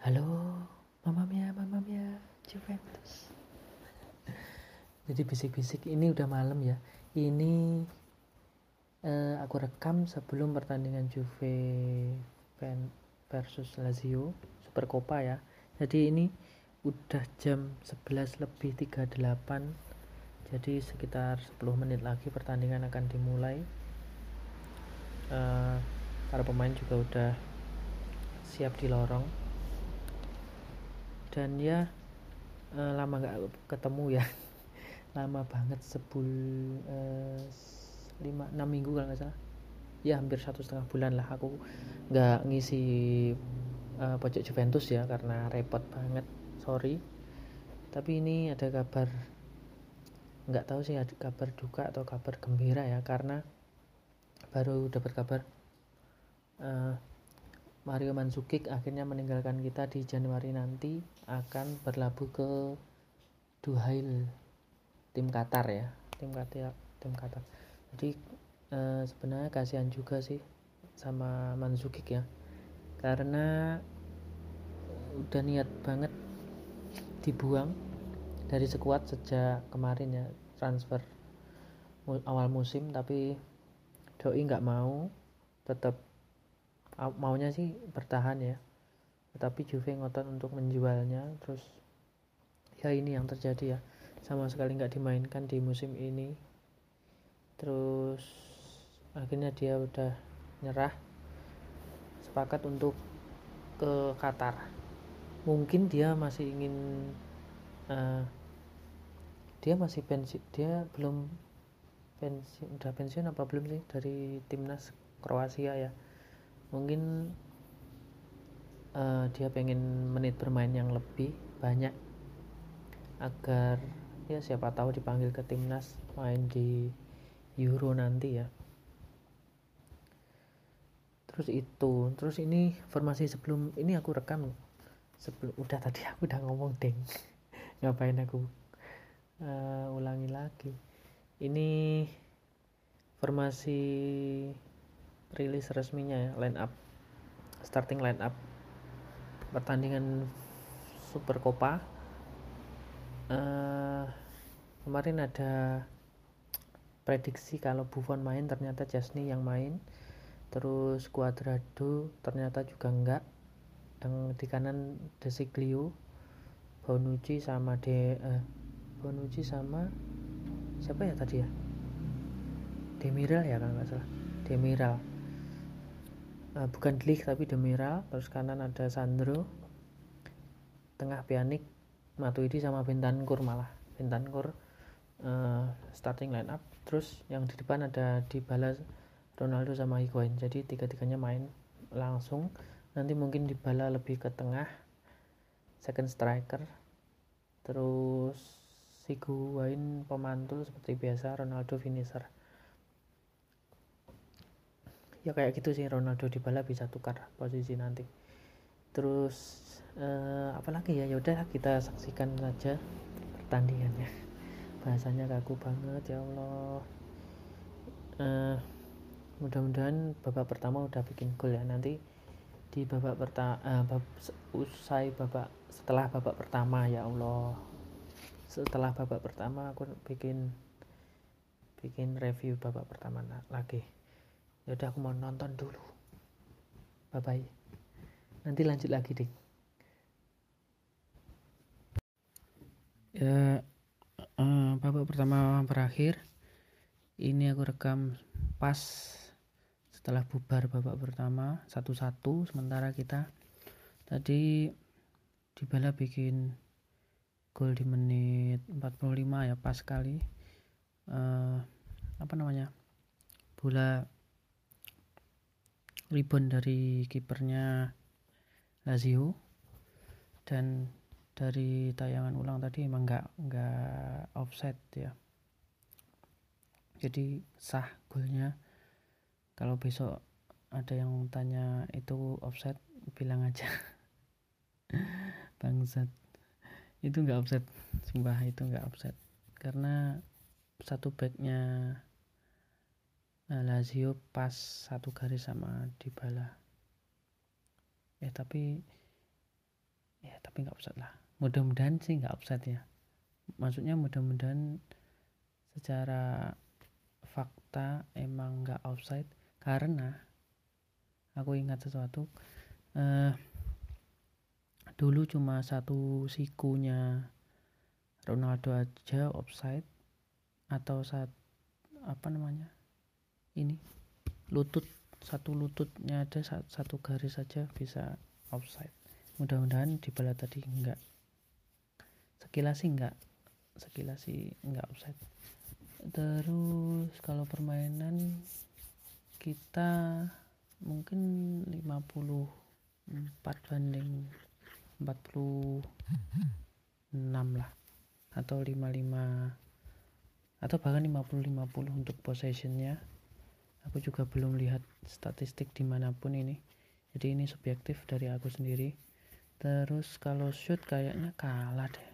Halo, Mamma Mia, Juventus. Jadi bisik-bisik ini udah malam ya. Ini aku rekam sebelum pertandingan Juve versus Lazio Super Copa ya. Jadi ini udah jam 11 lebih 38. Jadi sekitar 10 menit lagi pertandingan akan dimulai. Para pemain juga udah siap di lorong. Dan ya lama gak ketemu ya. Lama banget 5-6 minggu kalau nggak salah ya, hampir 1,5 bulan lah aku nggak ngisi pojok Juventus ya, karena repot banget, sorry. Tapi ini ada kabar, nggak tahu sih ada kabar duka atau kabar gembira ya, karena baru dapat kabar Mario Mandzukic akhirnya meninggalkan kita di Januari nanti, akan berlabuh ke Duhail, tim Qatar ya, tim Qatar. Jadi sebenarnya kasihan juga sih sama Mandzukic ya, karena udah niat banget dibuang dari skuad sejak kemarin ya, transfer awal musim. Tapi doi nggak mau, tetap maunya sih bertahan ya, tetapi Juve ngotot untuk menjualnya. Terus ya ini yang terjadi ya, sama sekali nggak dimainkan di musim ini. Terus akhirnya dia udah nyerah, sepakat untuk ke Qatar. Mungkin dia masih ingin dia masih pensiun, dia belum pensiun, udah pensiun apa belum sih dari timnas Kroasia ya. Mungkin dia pengen menit bermain yang lebih banyak, agar ya siapa tahu dipanggil ke timnas main di Euro nanti ya. Terus ini formasi sebelum ini aku rekam sebelum, udah tadi aku udah ngomong deng. Ngapain aku ulangi lagi. Ini formasi rilis resminya ya, starting line up pertandingan Super Copa. Kemarin ada prediksi kalau Buffon main, ternyata Chesney yang main. Terus Cuadrado ternyata juga enggak. Yang di kanan De Sciglio, Bonucci sama siapa ya tadi ya, Demiral ya kalau nggak salah, Demiral, bukan Dlik tapi Demiral. Terus kanan ada Sandro, tengah Pjanic, Matuidi sama Bentancur, malah Bentancur starting line up. Terus yang di depan ada Dybala, Ronaldo sama Higuain. Jadi tiga-tiganya main langsung. Nanti mungkin Dybala lebih ke tengah, second striker. Terus Higuain pemantul seperti biasa, Ronaldo finisher. Ya kayak gitu sih, Ronaldo Dybala bisa tukar posisi nanti. Terus apalagi ya, yaudah kita saksikan saja pertandingannya. Bahasanya kaku banget ya Allah. Mudah-mudahan babak pertama udah bikin gol ya. Nanti di babak setelah babak pertama ya Allah, setelah babak pertama aku bikin review babak pertama lagi. Yaudah aku mau nonton dulu. Bye bye. Nanti lanjut lagi deh. Ya, babak pertama berakhir. Ini aku rekam pas setelah bubar babak pertama 1-1. Sementara kita tadi Dybala bikin gol di menit 45 ya, pas sekali. Bola rebound dari kipernya Lazio, dan dari tayangan ulang tadi emang nggak offside ya, jadi sah golnya. Kalau besok ada yang tanya itu offside, bilang aja bangsat, itu nggak offside, sumpah itu nggak offside, karena satu backnya Lazio pas satu garis sama Dybala. Tapi tapi nggak offside lah. Mudah-mudahan sih nggak offside ya, maksudnya mudah-mudahan secara fakta emang nggak offside, karena aku ingat sesuatu, dulu cuma satu sikunya Ronaldo aja offside, atau ini lutut, satu lututnya ada satu garis saja bisa offside. Mudah-mudahan di bola tadi enggak, sekilas sih enggak offside. Terus kalau permainan kita mungkin 54-46 lah, atau 55 atau bahkan 50-50 untuk possessionnya. Aku juga belum lihat statistik dimanapun ini, jadi ini subjektif dari aku sendiri. Terus kalau shoot kayaknya kalah deh,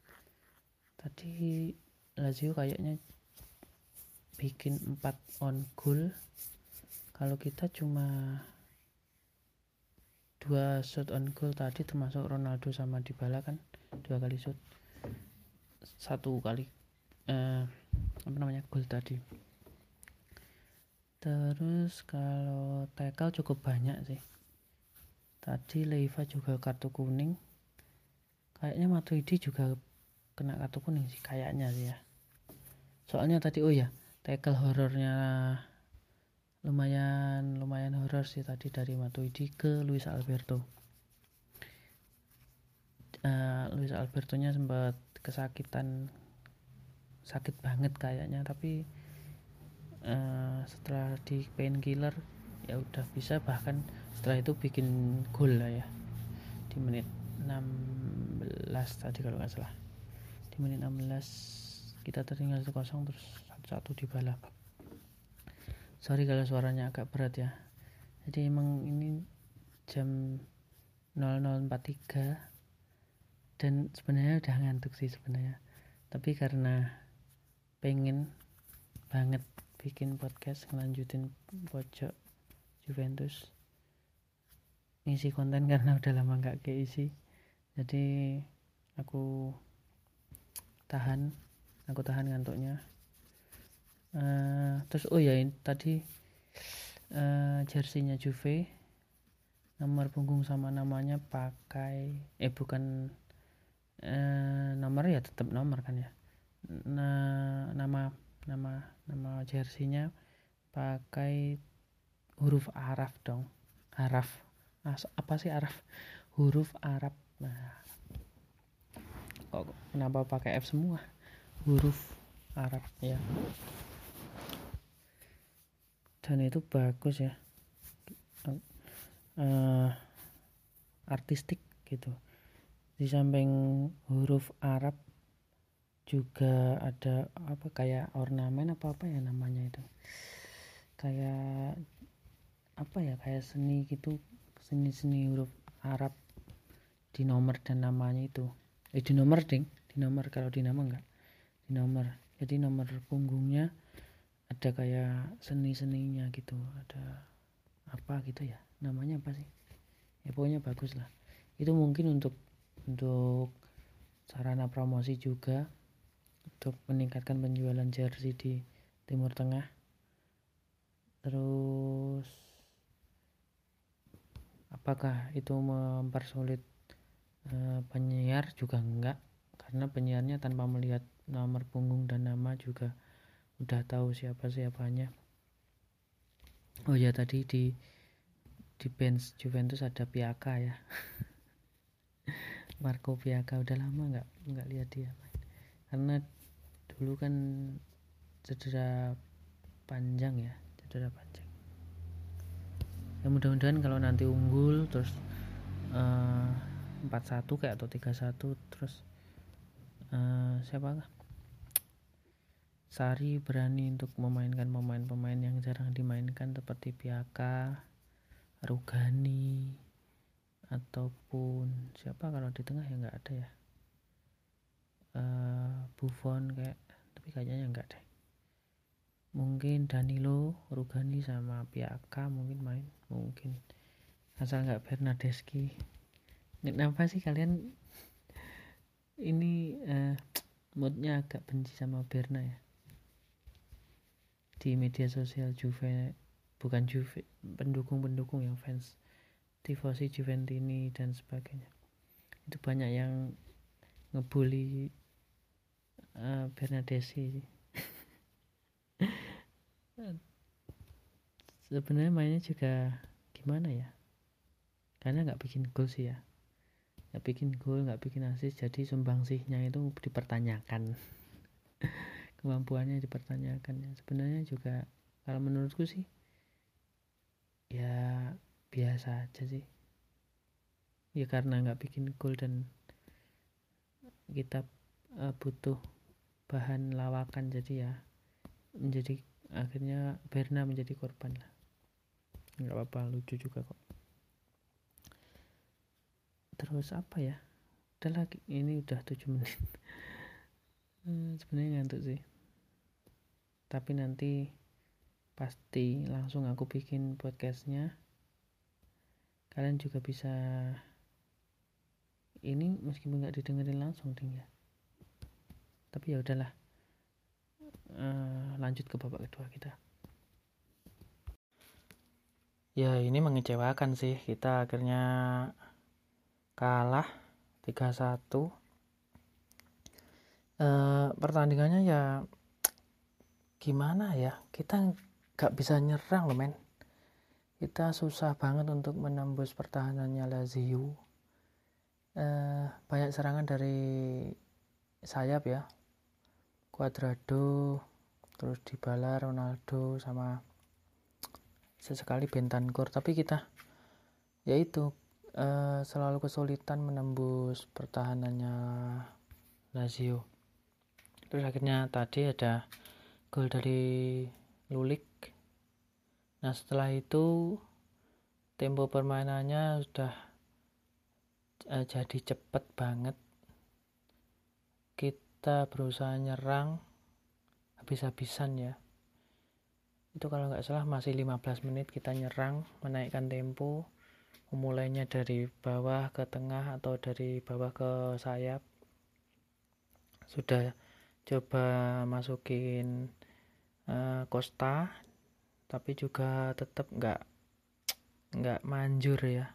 tadi Lazio kayaknya bikin 4 on goal, kalau kita cuma 2 shot on goal tadi, termasuk Ronaldo sama Dybala kan 2 kali shoot, 1 kali gol tadi. Terus kalau tackle cukup banyak sih. Tadi Leiva juga kartu kuning. Kayaknya Matuidi juga kena kartu kuning sih kayaknya sih ya. Soalnya tadi tackle horornya lumayan horor sih tadi dari Matuidi ke Luis Alberto. Luis Albertonya sempat kesakitan, sakit banget kayaknya, tapi setelah di painkiller ya udah bisa, bahkan setelah itu bikin gol lah ya di menit 16 tadi kalau nggak salah. Di menit 16 kita tertinggal 1-0, terus 1-1 Dybala. Sorry kalau suaranya agak berat ya, jadi emang ini jam 00.43 dan sebenarnya udah ngantuk sih sebenarnya, tapi karena pengen banget bikin podcast ngelanjutin pojok Juventus, ngisi konten karena udah lama gak keisi, jadi aku tahan ngantuknya. Terus tadi jersinya Juve, nomor punggung sama namanya pakai bukan nomor ya, tetap nomor kan ya. Nama jersinya pakai huruf Arab dong. Apa sih Arab? Huruf Arab. Nah, kok kenapa pakai F semua? Huruf Arab ya. Dan itu bagus ya. Artistik gitu. Di samping huruf Arab juga ada kayak ornamen apa ya namanya itu, kayak kayak seni gitu, seni huruf Arab di nomor dan namanya itu. Di nomor kalau di nama enggak, di nomor. Jadi nomor punggungnya ada kayak seninya gitu, ada apa gitu ya, namanya apa sih ya, pokoknya bagus lah. Itu mungkin untuk sarana promosi juga, untuk meningkatkan penjualan jersey di Timur Tengah. Terus apakah itu mempersulit penyiar? Juga enggak, karena penyiarnya tanpa melihat nomor punggung dan nama juga udah tahu siapanya. Tadi di bench Juventus ada Piaka ya. Marco Piaka, udah lama nggak lihat dia main, karena dulu kan cedera panjang. Ya mudah-mudahan kalau nanti unggul terus 4-1 kayak atau 3-1, terus Sarri berani untuk memainkan pemain-pemain yang jarang dimainkan seperti Piaka, Rugani, ataupun siapa kalau di tengah ya nggak ada ya, Buffon tapi kayaknya nggak deh. Mungkin Danilo, Rugani sama Piaka mungkin main, mungkin asal nggak Bernardeschi Kenapa sih kalian ini moodnya agak benci sama Berna ya di media sosial? Bukan Juve, pendukung yang fans tifosi Juventini dan sebagainya, itu banyak yang ngebully Bernadesi. Sebenarnya mainnya juga gimana ya, karena nggak bikin gol sih ya, nggak bikin gol, nggak bikin assist, jadi sumbangsihnya itu dipertanyakan. Kemampuannya dipertanyakan ya. Sebenarnya juga kalau menurutku sih ya biasa aja sih ya, karena nggak bikin gol dan kita butuh bahan lawakan, jadi ya menjadi akhirnya Berna menjadi korban lah. Nggak apa-apa, lucu juga kok. Terus apa ya, udah lagi, ini udah 7 menit. Sebenarnya ngantuk sih, tapi nanti pasti langsung aku bikin podcastnya. Kalian juga bisa ini meskipun nggak didengerin langsung ding ya, tapi ya udahlah. Lanjut ke babak kedua kita. Ya ini mengecewakan sih, kita akhirnya kalah 3-1. Pertandingannya ya gimana ya, kita gak bisa nyerang loh men. Kita susah banget untuk menembus pertahanannya Lazio. Banyak serangan dari sayap ya, Cuadrado, terus Dybala, Ronaldo, sama sesekali Bentancur, tapi kita yaitu selalu kesulitan menembus pertahanannya Lazio. Terus akhirnya tadi ada gol dari Lulik. Nah setelah itu tempo permainannya sudah jadi cepet banget. Kita berusaha nyerang habis-habisan ya. Itu kalau nggak salah masih 15 menit kita nyerang, menaikkan tempo, memulainya dari bawah ke tengah atau dari bawah ke sayap. Sudah coba masukin Costa, tapi juga tetap nggak manjur ya.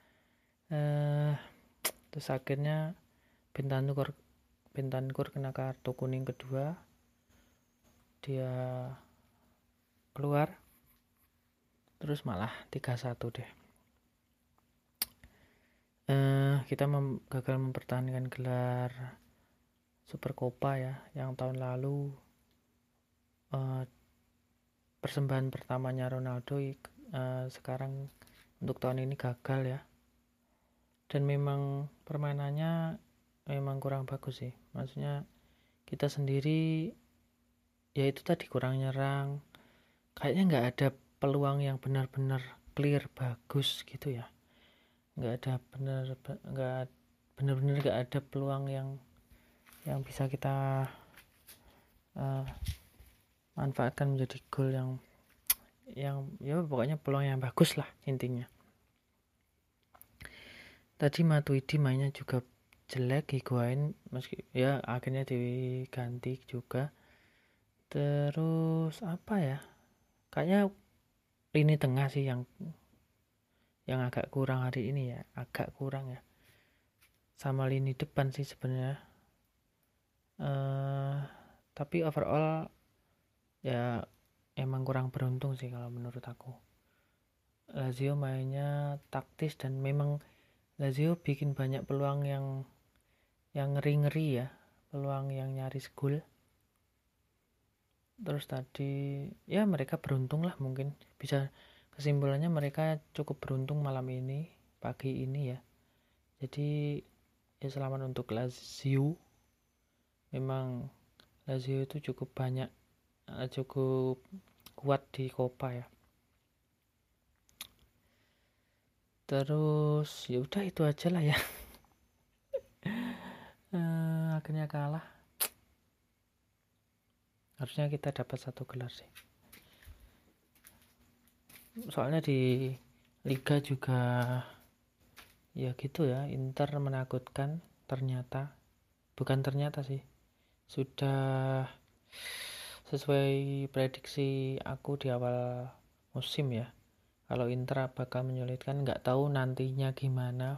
Terus akhirnya Bentancur kena kartu kuning kedua, dia keluar, terus malah 3-1 deh. Kita gagal mempertahankan gelar Super Copa ya, yang tahun lalu persembahan pertamanya Ronaldo, sekarang untuk tahun ini gagal ya. Dan memang permainannya memang kurang bagus sih, maksudnya kita sendiri ya itu tadi kurang nyerang, kayaknya nggak ada peluang yang benar-benar clear bagus gitu ya, nggak benar-benar nggak ada peluang yang bisa kita manfaatkan menjadi gol yang ya pokoknya peluang yang bagus lah intinya. Tadi Matuidi mainnya juga jelek, Higuain meski ya akhirnya diganti juga. Terus apa ya, kayaknya lini tengah sih yang agak kurang hari ini ya, agak kurang ya, sama lini depan sih sebenarnya. Tapi overall ya emang kurang beruntung sih kalau menurut aku. Lazio mainnya taktis dan memang Lazio bikin banyak peluang yang ngeri-ngeri ya, peluang yang nyaris gol. Terus tadi ya mereka beruntung lah, mungkin bisa kesimpulannya mereka cukup beruntung malam ini, pagi ini ya. Jadi ya selamat untuk Lazio. Memang Lazio itu cukup kuat di Copa ya. Terus ya udah itu aja lah ya. Akhirnya kalah. Harusnya kita dapat 1 gelar sih. Soalnya di Liga juga Ya gitu ya, Inter menakutkan ternyata. Bukan ternyata sih, sudah sesuai prediksi aku di awal musim ya. Kalau Inter bakal menyulitkan, nggak tahu nantinya gimana.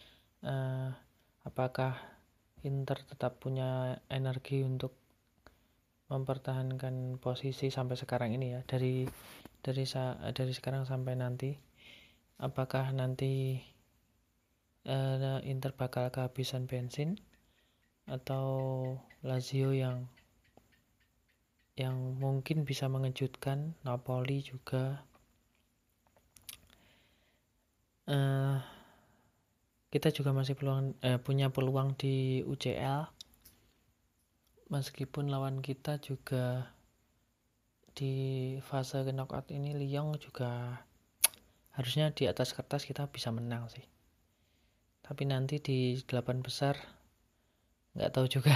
Apakah Inter tetap punya energi untuk mempertahankan posisi sampai sekarang ini ya, dari sekarang sampai nanti. Apakah nanti Inter bakal kehabisan bensin, atau Lazio yang mungkin bisa mengejutkan, Napoli juga. Kita juga masih punya peluang di UCL, meskipun lawan kita juga di fase knockout ini Lyon juga harusnya di atas kertas kita bisa menang sih, tapi nanti di 8 besar nggak tahu juga.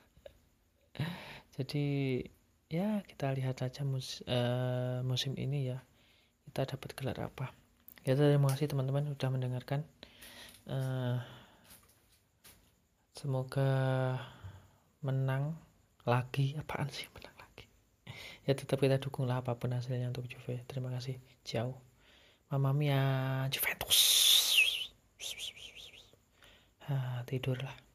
Jadi ya kita lihat saja musim ini ya, kita dapat gelar apa ya. Terima kasih teman-teman sudah mendengarkan. Semoga menang lagi. Apaan sih menang lagi? Ya tetap kita dukunglah apapun hasilnya untuk Juve. Terima kasih. Ciao. Mamma mia Juventus. Tidurlah.